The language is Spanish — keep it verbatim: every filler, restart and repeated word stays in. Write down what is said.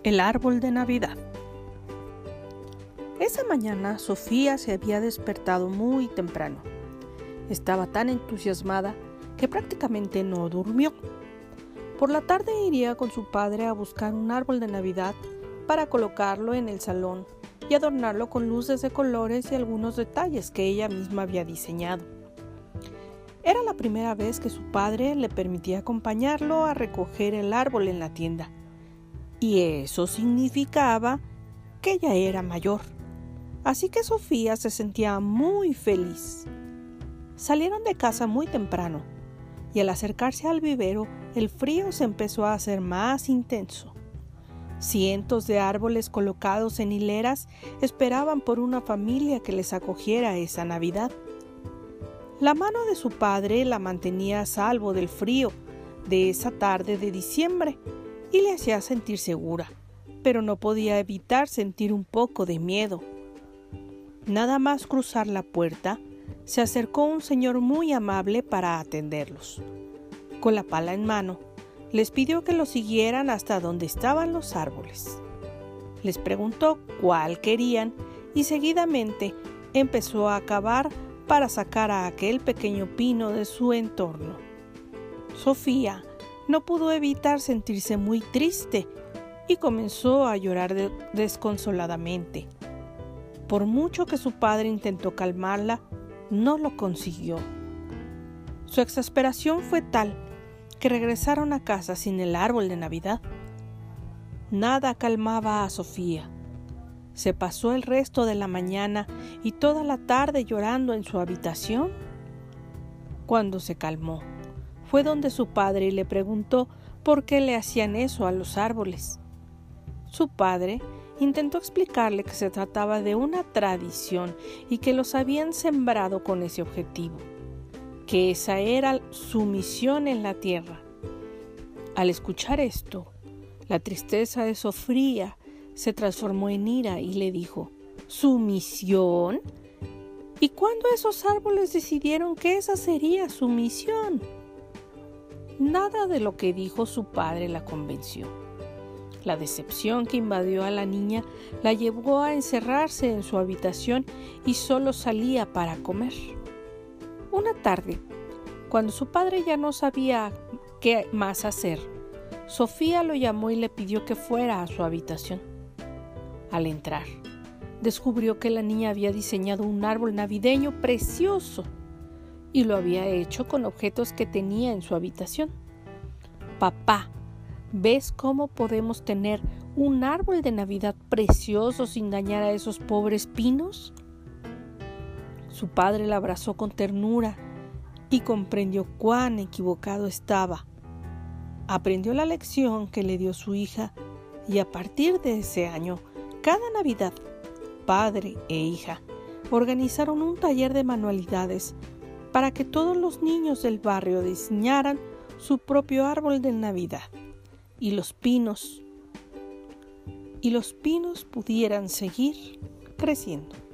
El árbol de Navidad. Esa mañana Sofía se había despertado muy temprano. Estaba tan entusiasmada que prácticamente no durmió. Por la tarde iría con su padre a buscar un árbol de Navidad para colocarlo en el salón y adornarlo con luces de colores y algunos detalles que ella misma había diseñado. Era la primera vez que su padre le permitía acompañarlo a recoger el árbol en la tienda. Y eso significaba que ella era mayor. Así que Sofía se sentía muy feliz. Salieron de casa muy temprano y al acercarse al vivero, el frío se empezó a hacer más intenso. Cientos de árboles colocados en hileras esperaban por una familia que les acogiera esa Navidad. La mano de su padre la mantenía a salvo del frío de esa tarde de diciembre y le hacía sentir segura, pero no podía evitar sentir un poco de miedo. Nada más cruzar la puerta, se acercó un señor muy amable para atenderlos. Con la pala en mano, les pidió que lo siguieran hasta donde estaban los árboles. Les preguntó cuál querían y seguidamente empezó a cavar para sacar a aquel pequeño pino de su entorno. Sofía no pudo evitar sentirse muy triste y comenzó a llorar de- desconsoladamente. Por mucho que su padre intentó calmarla, no lo consiguió. Su exasperación fue tal que regresaron a casa sin el árbol de Navidad. Nada calmaba a Sofía. Se pasó el resto de la mañana y toda la tarde llorando en su habitación. Cuando se calmó, fue donde su padre le preguntó por qué le hacían eso a los árboles. Su padre intentó explicarle que se trataba de una tradición y que los habían sembrado con ese objetivo, que esa era su misión en la tierra. Al escuchar esto, la tristeza de Sofía se transformó en ira y le dijo: ¿Su misión? ¿Y cuándo esos árboles decidieron que esa sería su misión? Nada de lo que dijo su padre la convenció. La decepción que invadió a la niña la llevó a encerrarse en su habitación y solo salía para comer. Una tarde, cuando su padre ya no sabía qué más hacer, Sofía lo llamó y le pidió que fuera a su habitación. Al entrar, descubrió que la niña había diseñado un árbol navideño precioso y lo había hecho con objetos que tenía en su habitación. Papá, ¿ves cómo podemos tener un árbol de Navidad precioso sin dañar a esos pobres pinos? Su padre la abrazó con ternura y comprendió cuán equivocado estaba. Aprendió la lección que le dio su hija y a partir de ese año, cada Navidad, padre e hija organizaron un taller de manualidades para que todos los niños del barrio diseñaran su propio árbol de Navidad y los pinos y los pinos pudieran seguir creciendo.